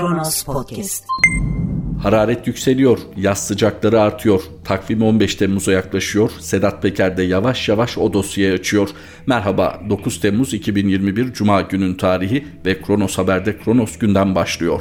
Kronos Podcast. Hararet yükseliyor, yaz sıcakları artıyor. Takvim 15 Temmuz'a yaklaşıyor. Sedat Peker de yavaş yavaş o dosyayı açıyor. Merhaba, 9 Temmuz 2021 Cuma günün tarihi ve Kronos Haber'de Kronos günden başlıyor.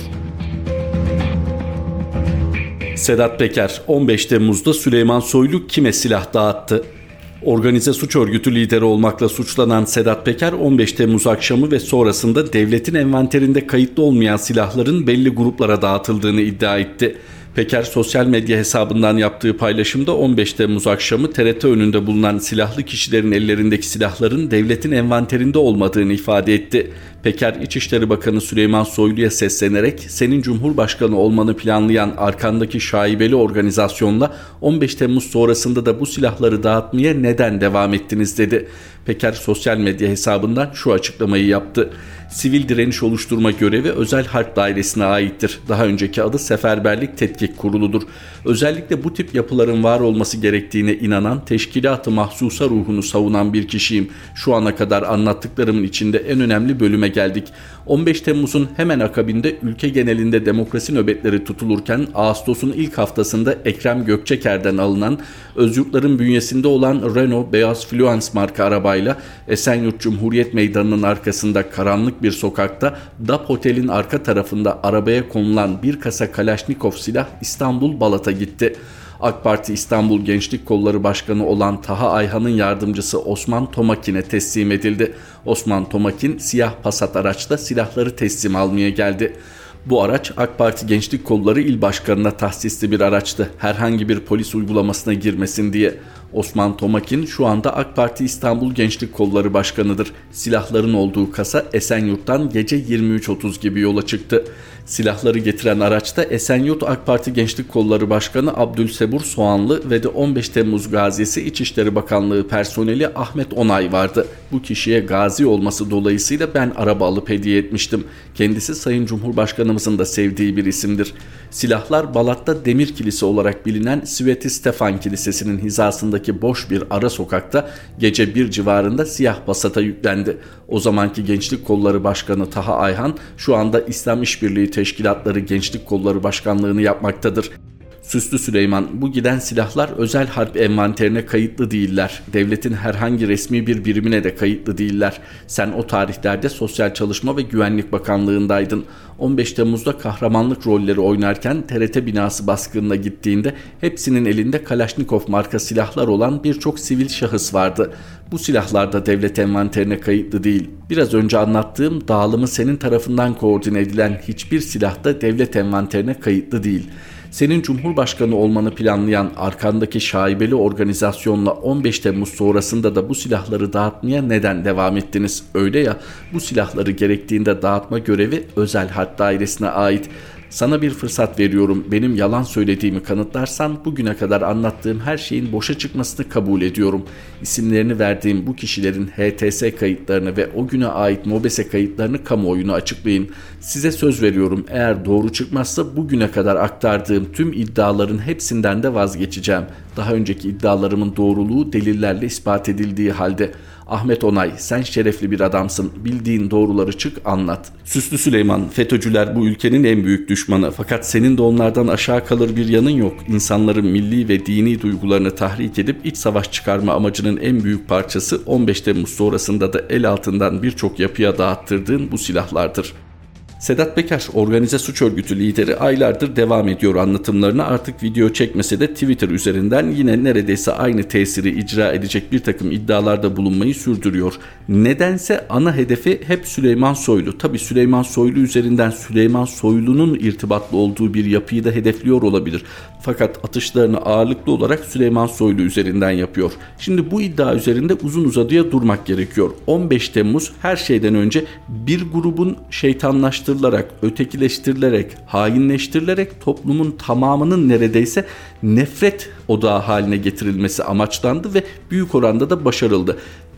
Sedat Peker, 15 Temmuz'da Süleyman Soylu kime silah dağıttı? Organize suç örgütü lideri olmakla suçlanan Sedat Peker 15 Temmuz akşamı ve sonrasında devletin envanterinde kayıtlı olmayan silahların belli gruplara dağıtıldığını iddia etti. Peker sosyal medya hesabından yaptığı paylaşımda 15 Temmuz akşamı TRT önünde bulunan silahlı kişilerin ellerindeki silahların devletin envanterinde olmadığını ifade etti. Peker, İçişleri Bakanı Süleyman Soylu'ya seslenerek senin Cumhurbaşkanı olmanı planlayan arkandaki şaibeli organizasyonla 15 Temmuz sonrasında da bu silahları dağıtmaya neden devam ettiniz dedi. Peker sosyal medya hesabından şu açıklamayı yaptı. Sivil direniş oluşturma görevi Özel Harp Dairesi'ne aittir. Daha önceki adı Seferberlik Tetkik Kurulu'dur. Özellikle bu tip yapıların var olması gerektiğine inanan, teşkilat-ı mahsusa ruhunu savunan bir kişiyim. Şu ana kadar anlattıklarımın içinde en önemli bölüme geldik. 15 Temmuz'un hemen akabinde ülke genelinde demokrasi nöbetleri tutulurken Ağustos'un ilk haftasında Ekrem Gökçeker'den alınan Özyurtların bünyesinde olan Renault Beyaz Fluence marka arabayla Esenyurt Cumhuriyet Meydanı'nın arkasında karanlık bir sokakta DAP Otel'in arka tarafında arabaya konulan bir kasa Kalaşnikov silah İstanbul Balat'a gitti. AK Parti İstanbul Gençlik Kolları Başkanı olan Taha Ayhan'ın yardımcısı Osman Tomakin'e teslim edildi. Osman Tomakin siyah Passat araçla silahları teslim almaya geldi. Bu araç AK Parti Gençlik Kolları İl Başkanı'na tahsisli bir araçtı. Herhangi bir polis uygulamasına girmesin diye. Osman Tomakin şu anda AK Parti İstanbul Gençlik Kolları Başkanı'dır. Silahların olduğu kasa Esenyurt'tan gece 23.30 gibi yola çıktı. Silahları getiren araçta Esenyurt AK Parti Gençlik Kolları Başkanı Abdülsebur Soğanlı ve de 15 Temmuz gazisi İçişleri Bakanlığı personeli Ahmet Onay vardı. Bu kişiye gazi olması dolayısıyla ben araba alıp hediye etmiştim. Kendisi Sayın Cumhurbaşkanımızın da sevdiği bir isimdir. Silahlar Balat'ta Demir Kilise olarak bilinen Sveti Stefan Kilisesi'nin hizasındaki boş bir ara sokakta gece 1 civarında siyah Passat'a yüklendi. O zamanki Gençlik Kolları Başkanı Taha Ayhan şu anda İslam İşbirliği Teşkilatları Gençlik Kolları Başkanlığını yapmaktadır. Süslü Süleyman, bu giden silahlar özel harp envanterine kayıtlı değiller. Devletin herhangi resmi bir birimine de kayıtlı değiller. Sen o tarihlerde Sosyal Çalışma ve Güvenlik Bakanlığındaydın. 15 Temmuz'da kahramanlık rolleri oynarken TRT binası baskınına gittiğinde hepsinin elinde Kalaşnikov marka silahlar olan birçok sivil şahıs vardı. Bu silahlar da devlet envanterine kayıtlı değil. Biraz önce anlattığım dağılımı senin tarafından koordine edilen hiçbir silah da devlet envanterine kayıtlı değil. Senin Cumhurbaşkanı olmanı planlayan arkandaki şaibeli organizasyonla 15 Temmuz sonrasında da bu silahları dağıtmaya neden devam ettiniz? Öyle ya, bu silahları gerektiğinde dağıtma görevi Özel Harp Dairesi'ne ait. Sana bir fırsat veriyorum. Benim yalan söylediğimi kanıtlarsan bugüne kadar anlattığım her şeyin boşa çıkmasını kabul ediyorum. İsimlerini verdiğim bu kişilerin HTS kayıtlarını ve o güne ait MOBESE kayıtlarını kamuoyuna açıklayın. Size söz veriyorum, eğer doğru çıkmazsa bugüne kadar aktardığım tüm iddiaların hepsinden de vazgeçeceğim. Daha önceki iddialarımın doğruluğu delillerle ispat edildiği halde. Ahmet Onay, sen şerefli bir adamsın. Bildiğin doğruları çık anlat. Süslü Süleyman, FETÖ'cüler bu ülkenin en büyük düşmanı. Fakat senin de onlardan aşağı kalır bir yanın yok. İnsanların milli ve dini duygularını tahrik edip iç savaş çıkarma amacının en büyük parçası 15 Temmuz sonrasında da el altından birçok yapıya dağıttırdığın bu silahlardır. Sedat Peker, organize suç örgütü lideri, aylardır devam ediyor anlatımlarına. Artık video çekmese de Twitter üzerinden yine neredeyse aynı tesiri icra edecek bir takım iddialarda bulunmayı sürdürüyor. Nedense ana hedefi hep Süleyman Soylu. Tabii Süleyman Soylu üzerinden Süleyman Soylu'nun irtibatlı olduğu bir yapıyı da hedefliyor olabilir. Fakat atışlarını ağırlıklı olarak Süleyman Soylu üzerinden yapıyor. Şimdi bu iddia üzerinde uzun uzadıya durmak gerekiyor. 15 Temmuz her şeyden önce bir grubun şeytanlaştırılarak, ötekileştirilerek, hainleştirilerek toplumun tamamının neredeyse nefret odağı haline getirilmesi amaçlandı ve büyük oranda da başarıldı.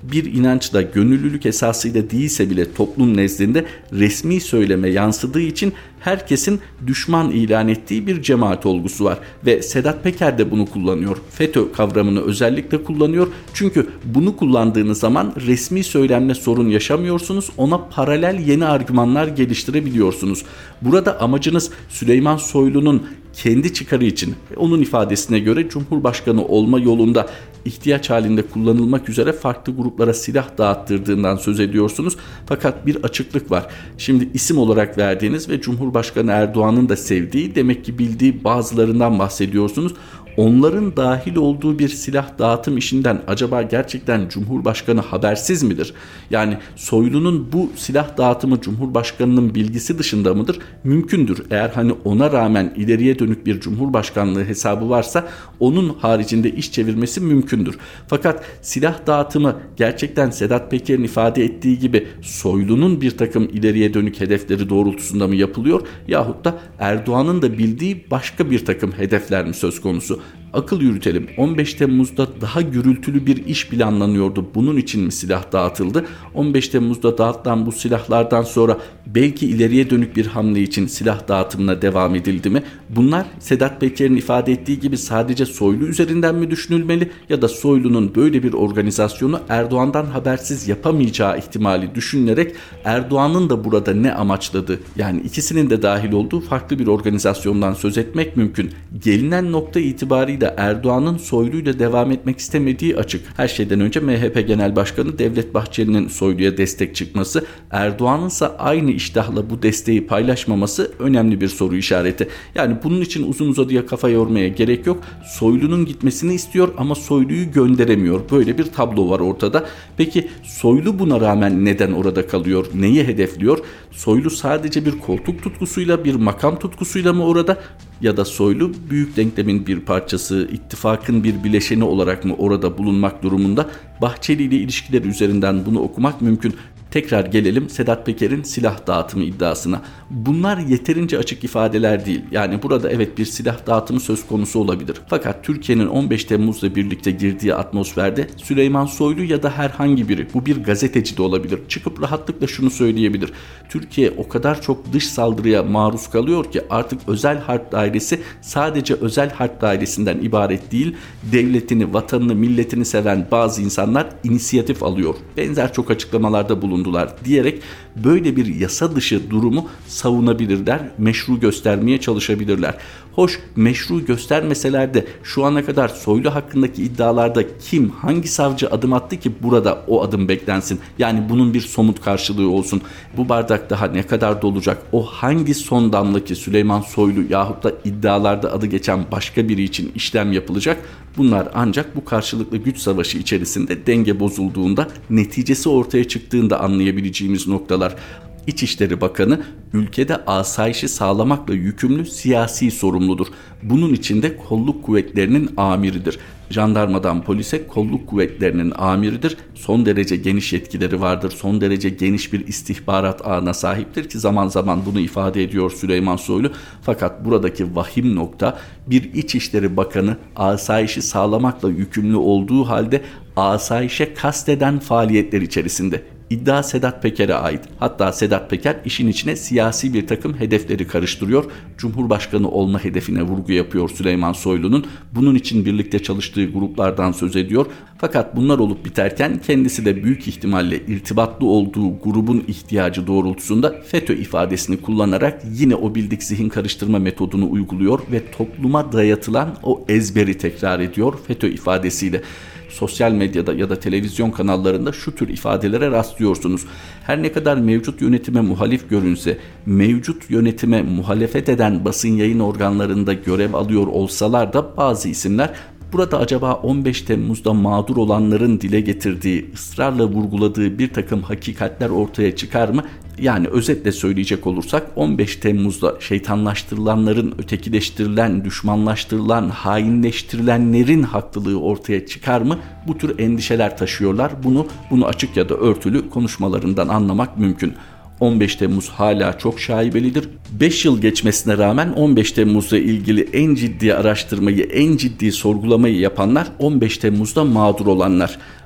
bir inançla, gönüllülük esasıyla değilse bile toplum nezdinde resmi söyleme yansıdığı için herkesin düşman ilan ettiği bir cemaat olgusu var. Ve Sedat Peker de bunu kullanıyor. FETÖ kavramını özellikle kullanıyor. Çünkü bunu kullandığınız zaman resmi söylemle sorun yaşamıyorsunuz. Ona paralel yeni argümanlar geliştirebiliyorsunuz. Burada amacınız Süleyman Soylu'nun kendi çıkarı için, onun ifadesine göre Cumhurbaşkanı olma yolunda ihtiyaç halinde kullanılmak üzere farklı gruplara silah dağıttırdığından söz ediyorsunuz. Fakat bir açıklık var. Şimdi isim olarak verdiğiniz ve Cumhurbaşkanı Erdoğan'ın da sevdiği, demek ki bildiği bazılarından bahsediyorsunuz. Onların dahil olduğu bir silah dağıtım işinden acaba gerçekten Cumhurbaşkanı habersiz midir? Yani Soylu'nun bu silah dağıtımı Cumhurbaşkanı'nın bilgisi dışında mıdır? Mümkündür. Eğer ona rağmen ileriye dönük bir Cumhurbaşkanlığı hesabı varsa onun haricinde iş çevirmesi mümkündür. Fakat silah dağıtımı gerçekten Sedat Peker'in ifade ettiği gibi Soylu'nun bir takım ileriye dönük hedefleri doğrultusunda mı yapılıyor? Yahut da Erdoğan'ın da bildiği başka bir takım hedefler mi söz konusu? Akıl yürütelim. 15 Temmuz'da daha gürültülü bir iş planlanıyordu. Bunun için mi silah dağıtıldı? 15 Temmuz'da dağıtılan bu silahlardan sonra belki ileriye dönük bir hamle için silah dağıtımına devam edildi mi? Bunlar Sedat Peker'in ifade ettiği gibi sadece Soylu üzerinden mi düşünülmeli ya da Soylu'nun böyle bir organizasyonu Erdoğan'dan habersiz yapamayacağı ihtimali düşünülerek Erdoğan'ın da burada ne amaçladığı, yani ikisinin de dahil olduğu farklı bir organizasyondan söz etmek mümkün. Gelinen nokta itibariyle Erdoğan'ın Soylu'yla devam etmek istemediği açık. Her şeyden önce MHP Genel Başkanı Devlet Bahçeli'nin Soylu'ya destek çıkması, Erdoğan'ın ise aynı iştahla bu desteği paylaşmaması önemli bir soru işareti. Yani bunun için uzun uzadıya kafa yormaya gerek yok. Soylu'nun gitmesini istiyor ama Soylu'yu gönderemiyor. Böyle bir tablo var ortada. Peki Soylu buna rağmen neden orada kalıyor? Neyi hedefliyor? Soylu sadece bir koltuk tutkusuyla, bir makam tutkusuyla mı orada? Ya da Soylu büyük denklemin bir parçası, ittifakın bir bileşeni olarak mı orada bulunmak durumunda? Bahçeli ile ilişkiler üzerinden bunu okumak mümkün. Tekrar gelelim Sedat Peker'in silah dağıtımı iddiasına. Bunlar yeterince açık ifadeler değil. Yani burada evet bir silah dağıtımı söz konusu olabilir. Fakat Türkiye'nin 15 Temmuz'la birlikte girdiği atmosferde Süleyman Soylu ya da herhangi biri, bu bir gazeteci de olabilir, çıkıp rahatlıkla şunu söyleyebilir: Türkiye o kadar çok dış saldırıya maruz kalıyor ki artık özel harp dairesi sadece özel harp dairesinden ibaret değil, devletini, vatanını, milletini seven bazı insanlar inisiyatif alıyor. Benzer çok açıklamalarda bulundular diyerek böyle bir yasa dışı durumu savunabilirler, meşru göstermeye çalışabilirler. Hoş, meşru göstermeseler de şu ana kadar Soylu hakkındaki iddialarda kim, hangi savcı adım attı ki burada o adım beklensin? Yani bunun bir somut karşılığı olsun. Bu bardak daha ne kadar dolacak? O hangi son damla ki Süleyman Soylu yahut da iddialarda adı geçen başka biri için işlem yapılacak? Bunlar ancak bu karşılıklı güç savaşı içerisinde denge bozulduğunda, neticesi ortaya çıktığında anlayabileceğimiz noktalar. İçişleri Bakanı ülkede asayişi sağlamakla yükümlü siyasi sorumludur. Bunun içinde kolluk kuvvetlerinin amiridir. Jandarmadan polise kolluk kuvvetlerinin amiridir. Son derece geniş yetkileri vardır. Son derece geniş bir istihbarat ağına sahiptir ki zaman zaman bunu ifade ediyor Süleyman Soylu. Fakat buradaki vahim nokta, bir İçişleri Bakanı asayişi sağlamakla yükümlü olduğu halde asayişe kasteden faaliyetler içerisinde. İddia Sedat Peker'e ait. Hatta Sedat Peker işin içine siyasi bir takım hedefleri karıştırıyor. Cumhurbaşkanı olma hedefine vurgu yapıyor Süleyman Soylu'nun. Bunun için birlikte çalıştığı gruplardan söz ediyor. Fakat bunlar olup biterken kendisi de büyük ihtimalle irtibatlı olduğu grubun ihtiyacı doğrultusunda FETÖ ifadesini kullanarak yine o bildik zihin karıştırma metodunu uyguluyor ve topluma dayatılan o ezberi tekrar ediyor FETÖ ifadesiyle. Sosyal medyada ya da televizyon kanallarında şu tür ifadelere rastlıyorsunuz. Her ne kadar mevcut yönetime muhalif görünse, mevcut yönetime muhalefet eden basın yayın organlarında görev alıyor olsalar da bazı isimler burada acaba 15 Temmuz'da mağdur olanların dile getirdiği, ısrarla vurguladığı bir takım hakikatler ortaya çıkar mı? Yani özetle söyleyecek olursak 15 Temmuz'da şeytanlaştırılanların, ötekileştirilen, düşmanlaştırılan, hainleştirilenlerin haklılığı ortaya çıkar mı? Bu tür endişeler taşıyorlar. Bunu açık ya da örtülü konuşmalarından anlamak mümkün. 15 Temmuz hala çok şaibelidir. 5 yıl geçmesine rağmen 15 Temmuz'la ilgili en ciddi araştırmayı, en ciddi sorgulamayı yapanlar 15 Temmuz'da mağdur olanlar.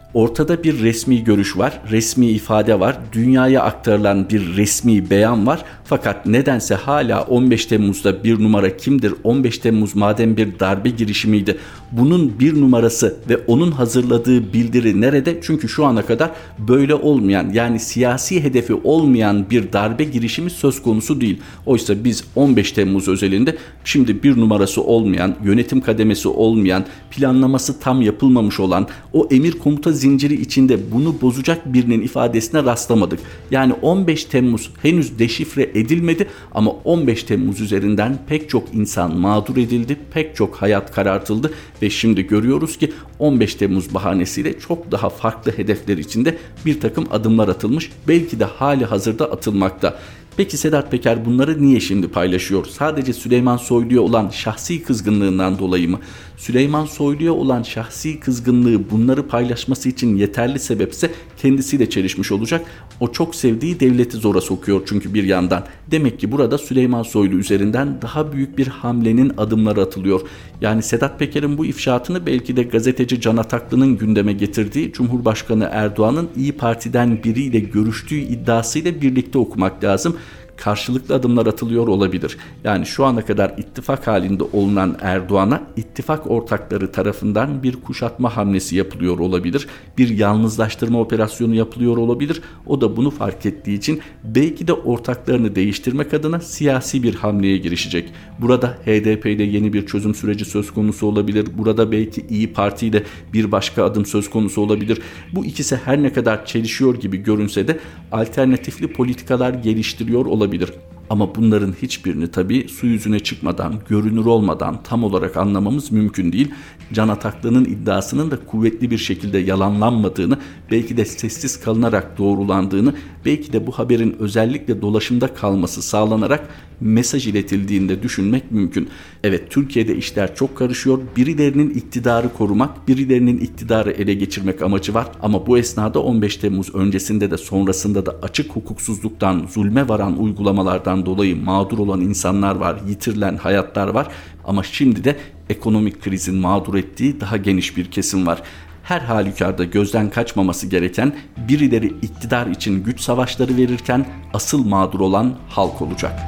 Ortada bir resmi görüş var, resmi ifade var, dünyaya aktarılan bir resmi beyan var. Fakat nedense hala 15 Temmuz'da bir numara kimdir? 15 Temmuz madem bir darbe girişimiydi, bunun bir numarası ve onun hazırladığı bildiri nerede? Çünkü şu ana kadar böyle olmayan, yani siyasi hedefi olmayan bir darbe girişimi söz konusu değil. Oysa biz 15 Temmuz özelinde şimdi bir numarası olmayan, yönetim kademesi olmayan, planlaması tam yapılmamış olan, o emir komuta zinciri içinde bunu bozacak birinin ifadesine rastlamadık. Yani 15 Temmuz henüz deşifre edilmedi ama 15 Temmuz üzerinden pek çok insan mağdur edildi, pek çok hayat karartıldı ve şimdi görüyoruz ki 15 Temmuz bahanesiyle çok daha farklı hedefler içinde bir takım adımlar atılmış, belki de hali hazırda atılmakta. Peki Sedat Peker bunları niye şimdi paylaşıyor? Sadece Süleyman Soylu'ya olan şahsi kızgınlığından dolayı mı? Süleyman Soylu'ya olan şahsi kızgınlığı bunları paylaşması için yeterli sebepse kendisiyle çelişmiş olacak. O çok sevdiği devleti zora sokuyor çünkü bir yandan. Demek ki burada Süleyman Soylu üzerinden daha büyük bir hamlenin adımları atılıyor. Yani Sedat Peker'in bu ifşaatını belki de gazeteci Can Ataklı'nın gündeme getirdiği, Cumhurbaşkanı Erdoğan'ın İyi Parti'den biriyle görüştüğü iddiasıyla birlikte okumak lazım. Karşılıklı adımlar atılıyor olabilir. Yani şu ana kadar ittifak halinde olunan Erdoğan'a ittifak ortakları tarafından bir kuşatma hamlesi yapılıyor olabilir. Bir yalnızlaştırma operasyonu yapılıyor olabilir. O da bunu fark ettiği için belki de ortaklarını değiştirmek adına siyasi bir hamleye girişecek. Burada HDP'de yeni bir çözüm süreci söz konusu olabilir. Burada belki İyi Parti ile bir başka adım söz konusu olabilir. Bu ikisi her ne kadar çelişiyor gibi görünse de alternatifli politikalar geliştiriyor olabilir. Ama bunların hiçbirini tabii su yüzüne çıkmadan, görünür olmadan tam olarak anlamamız mümkün değil. Can Ataklı'nın iddiasının da kuvvetli bir şekilde yalanlanmadığını, belki de sessiz kalınarak doğrulandığını, belki de bu haberin özellikle dolaşımda kalması sağlanarak mesaj iletildiğinde düşünmek mümkün. Evet, Türkiye'de işler çok karışıyor. Birilerinin iktidarı korumak, birilerinin iktidarı ele geçirmek amacı var. Ama bu esnada 15 Temmuz öncesinde de sonrasında da açık hukuksuzluktan, zulme varan uygulamalardan dolayı mağdur olan insanlar var, yitirilen hayatlar var. Ama şimdi de ekonomik krizin mağdur ettiği daha geniş bir kesim var. Her halükarda gözden kaçmaması gereken, birileri iktidar için güç savaşları verirken asıl mağdur olan halk olacak.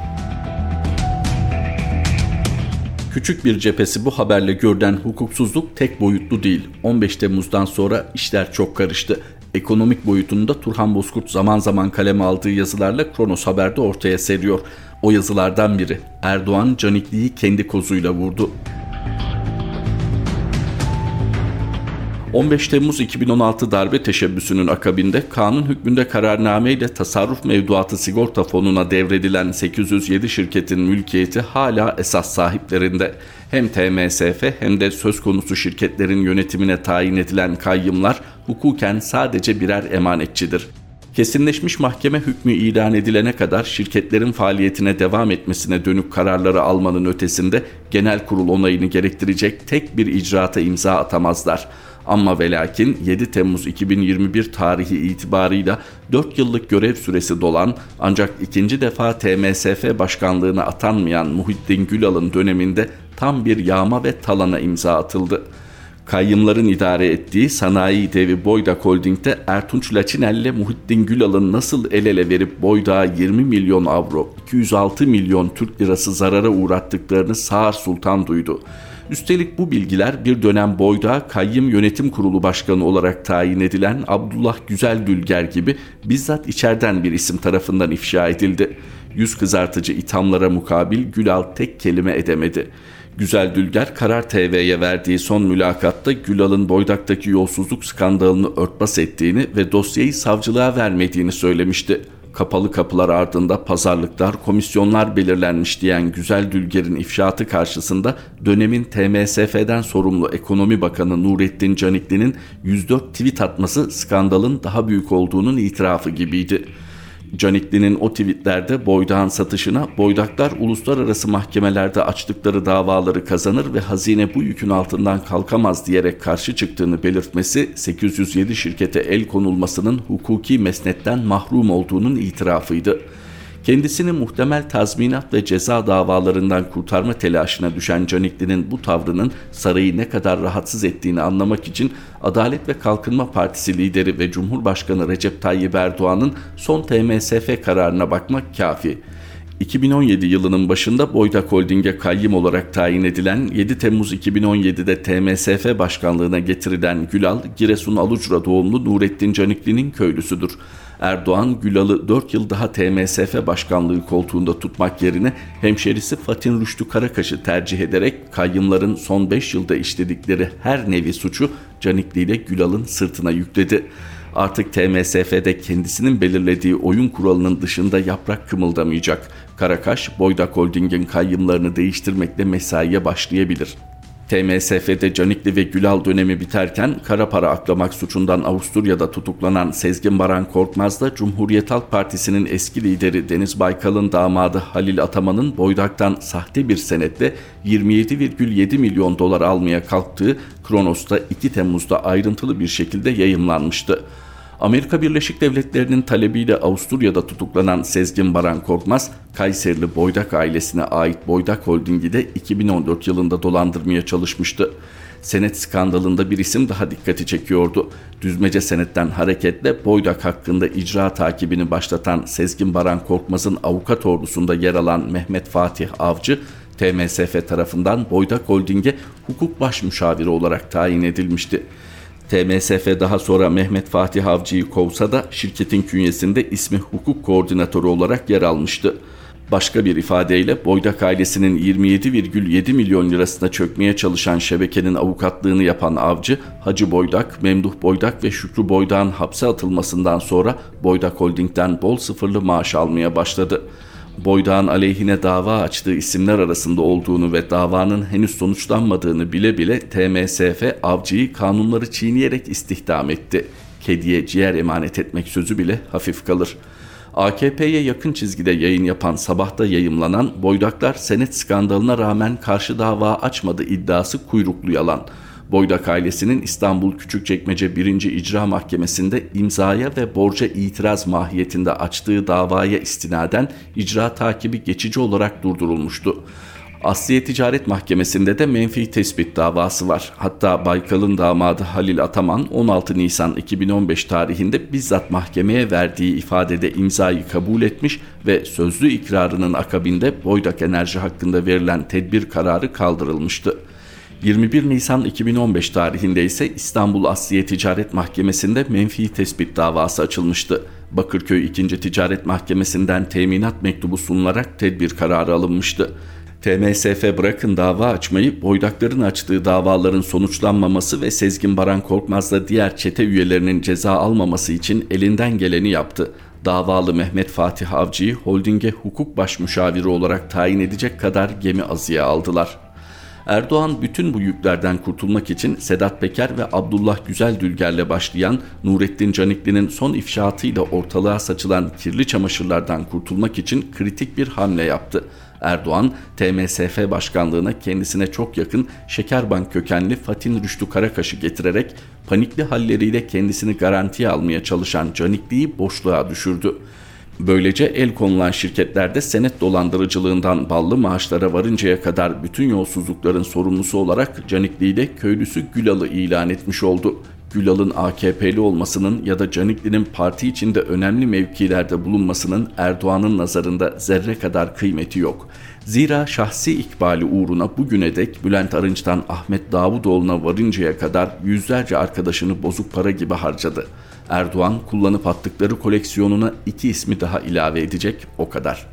Küçük bir cephesi bu haberle görülen hukuksuzluk tek boyutlu değil. 15 Temmuz'dan sonra işler çok karıştı. Ekonomik boyutunu da Turhan Bozkurt zaman zaman kaleme aldığı yazılarla Kronos Haber'de ortaya seriyor. O yazılardan biri: Erdoğan Canikli'yi kendi kozuyla vurdu. 15 Temmuz 2016 darbe teşebbüsünün akabinde kanun hükmünde kararnameyle tasarruf mevduatı sigorta fonuna devredilen 807 şirketin mülkiyeti hala esas sahiplerinde. Hem TMSF hem de söz konusu şirketlerin yönetimine tayin edilen kayyımlar hukuken sadece birer emanetçidir. Kesinleşmiş mahkeme hükmü ilan edilene kadar şirketlerin faaliyetine devam etmesine dönük kararları almanın ötesinde genel kurul onayını gerektirecek tek bir icraata imza atamazlar. Ama ve lakin 7 Temmuz 2021 tarihi itibarıyla 4 yıllık görev süresi dolan ancak ikinci defa TMSF başkanlığına atanmayan Muhittin Gülal'ın döneminde tam bir yağma ve talana imza atıldı. Kayyımların idare ettiği sanayi devi Boydak Holding'de Ertunç Laçinel ile Muhittin Gülal'ın nasıl el ele verip Boydak'a 20 milyon avro, 206 milyon Türk lirası zarara uğrattıklarını Sağır Sultan duydu. Üstelik bu bilgiler bir dönem Boydak'a Kayyım Yönetim Kurulu Başkanı olarak tayin edilen Abdullah Güzeldülger gibi bizzat içeriden bir isim tarafından ifşa edildi. Yüz kızartıcı ithamlara mukabil Gülal tek kelime edemedi. Güzeldülger Karar TV'ye verdiği son mülakatta Gülal'ın Boydak'taki yolsuzluk skandalını örtbas ettiğini ve dosyayı savcılığa vermediğini söylemişti. Kapalı kapılar ardında pazarlıklar, komisyonlar belirlenmiş diyen Güzeldülger'in ifşaatı karşısında dönemin TMSF'den sorumlu Ekonomi Bakanı Nurettin Canikli'nin 104 tweet atması skandalın daha büyük olduğunun itirafı gibiydi. Canikli'nin o tweetlerde Boydak'ın satışına Boydaklar uluslararası mahkemelerde açtıkları davaları kazanır ve hazine bu yükün altından kalkamaz diyerek karşı çıktığını belirtmesi 807 şirkete el konulmasının hukuki mesnetten mahrum olduğunun itirafıydı. Kendisini muhtemel tazminat ve ceza davalarından kurtarma telaşına düşen Canikli'nin bu tavrının sarayı ne kadar rahatsız ettiğini anlamak için Adalet ve Kalkınma Partisi lideri ve Cumhurbaşkanı Recep Tayyip Erdoğan'ın son TMSF kararına bakmak kafi. 2017 yılının başında Boydak Holding'e kayyım olarak tayin edilen, 7 Temmuz 2017'de TMSF başkanlığına getirilen Gülal, Giresun Alucra doğumlu Nurettin Canikli'nin köylüsüdür. Erdoğan, Gülal'ı 4 yıl daha TMSF başkanlığı koltuğunda tutmak yerine hemşerisi Fatin Rüştü Karakaş'ı tercih ederek kayyımların son 5 yılda işledikleri her nevi suçu Canikli ile Gülal'ın sırtına yükledi. Artık TMSF'de kendisinin belirlediği oyun kuralının dışında yaprak kımıldamayacak. Karakaş, Boydak Holding'in kayyımlarını değiştirmekle mesaiye başlayabilir. TMSF'de Canikli ve Gülal dönemi biterken kara para aklamak suçundan Avusturya'da tutuklanan Sezgin Baran Korkmaz da Cumhuriyet Halk Partisi'nin eski lideri Deniz Baykal'ın damadı Halil Ataman'ın Boydak'tan sahte bir senetle 27,7 milyon dolar almaya kalktığı Kronos'ta 2 Temmuz'da ayrıntılı bir şekilde yayımlanmıştı. Amerika Birleşik Devletleri'nin talebiyle Avusturya'da tutuklanan Sezgin Baran Korkmaz, Kayserili Boydak ailesine ait Boydak Holding'i de 2014 yılında dolandırmaya çalışmıştı. Senet skandalında bir isim daha dikkati çekiyordu. Düzmece senetten hareketle Boydak hakkında icra takibini başlatan Sezgin Baran Korkmaz'ın avukat ordusunda yer alan Mehmet Fatih Avcı, TMSF tarafından Boydak Holding'e hukuk başmüşaviri olarak tayin edilmişti. TMSF daha sonra Mehmet Fatih Avcı'yı kovsa da şirketin künyesinde ismi hukuk koordinatörü olarak yer almıştı. Başka bir ifadeyle Boydak ailesinin 27,7 milyon lirasına çökmeye çalışan şebekenin avukatlığını yapan Avcı, Hacı Boydak, Memduh Boydak ve Şükrü Boydak'ın hapse atılmasından sonra Boydak Holding'den bol sıfırlı maaş almaya başladı. Boydak'ın aleyhine dava açtığı isimler arasında olduğunu ve davanın henüz sonuçlanmadığını bile bile TMSF Avcı'yı kanunları çiğneyerek istihdam etti. Kediye ciğer emanet etmek sözü bile hafif kalır. AKP'ye yakın çizgide yayın yapan Sabah'ta yayımlanan Boydaklar senet skandalına rağmen karşı dava açmadı iddiası kuyruklu yalan. Boydak ailesinin İstanbul Küçükçekmece 1. İcra Mahkemesi'nde imzaya ve borca itiraz mahiyetinde açtığı davaya istinaden icra takibi geçici olarak durdurulmuştu. Asliye Ticaret Mahkemesi'nde de menfi tespit davası var. Hatta Baykal'ın damadı Halil Ataman 16 Nisan 2015 tarihinde bizzat mahkemeye verdiği ifadede imzayı kabul etmiş ve sözlü ikrarının akabinde Boydak Enerji hakkında verilen tedbir kararı kaldırılmıştı. 21 Nisan 2015 tarihinde ise İstanbul Asliye Ticaret Mahkemesi'nde menfi tespit davası açılmıştı. Bakırköy 2. Ticaret Mahkemesi'nden teminat mektubu sunularak tedbir kararı alınmıştı. TMSF bırakın dava açmayı, Boydakların açtığı davaların sonuçlanmaması ve Sezgin Baran Korkmaz'la diğer çete üyelerinin ceza almaması için elinden geleni yaptı. Davalı Mehmet Fatih Avcı'yı holdinge hukuk başmüşaviri olarak tayin edecek kadar gemi azıya aldılar. Erdoğan bütün bu yüklerden kurtulmak için Sedat Peker ve Abdullah Güzeldülger'le başlayan Nurettin Canikli'nin son ifşaatıyla ortalığa saçılan kirli çamaşırlardan kurtulmak için kritik bir hamle yaptı. Erdoğan, TMSF başkanlığına kendisine çok yakın Şekerbank kökenli Fatin Rüştü Karakaş'ı getirerek panikli halleriyle kendisini garantiye almaya çalışan Canikli'yi boşluğa düşürdü. Böylece el konulan şirketlerde senet dolandırıcılığından ballı maaşlara varıncaya kadar bütün yolsuzlukların sorumlusu olarak Canikli ile köylüsü Gülal'ı ilan etmiş oldu. Gülal'ın AKP'li olmasının ya da Canikli'nin parti içinde önemli mevkilerde bulunmasının Erdoğan'ın nazarında zerre kadar kıymeti yok. Zira şahsi ikbali uğruna bugüne dek Bülent Arınç'tan Ahmet Davutoğlu'na varıncaya kadar yüzlerce arkadaşını bozuk para gibi harcadı. Erdoğan kullanıp attıkları koleksiyonuna 2 ismi daha ilave edecek, o kadar.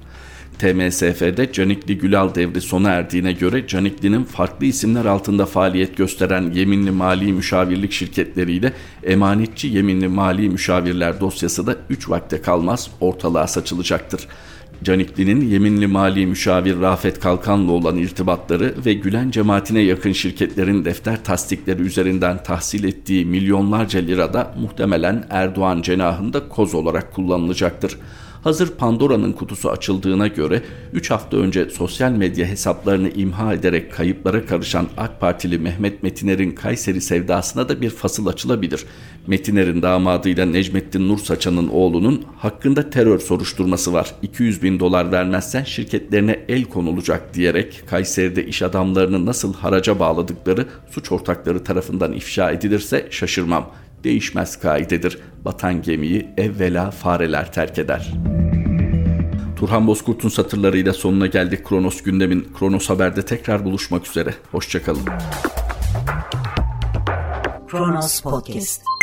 TMSF'de Canikli Gülal devri sona erdiğine göre Canikli'nin farklı isimler altında faaliyet gösteren yeminli mali müşavirlik şirketleriyle emanetçi yeminli mali müşavirler dosyası da 3 vakte kalmaz ortalığa saçılacaktır. Canikli'nin yeminli mali müşavir Rafet Kalkan'la olan irtibatları ve Gülen cemaatine yakın şirketlerin defter tasdikleri üzerinden tahsil ettiği milyonlarca lira da muhtemelen Erdoğan cenahında koz olarak kullanılacaktır. Hazır Pandora'nın kutusu açıldığına göre 3 hafta önce sosyal medya hesaplarını imha ederek kayıplara karışan AK Partili Mehmet Metiner'in Kayseri sevdasına da bir fasıl açılabilir. Metiner'in damadıyla Necmettin Nursaçan'ın oğlunun hakkında terör soruşturması var. 200.000 dolar vermezsen şirketlerine el konulacak diyerek Kayseri'de iş adamlarını nasıl haraca bağladıkları suç ortakları tarafından ifşa edilirse şaşırmam. Değişmez kaidedir. Batan gemiyi evvela fareler terk eder. Turhan Bozkurt'un satırlarıyla sonuna geldik Kronos gündemin. Kronos Haber'de tekrar buluşmak üzere. Hoşçakalın. Kronos Podcast.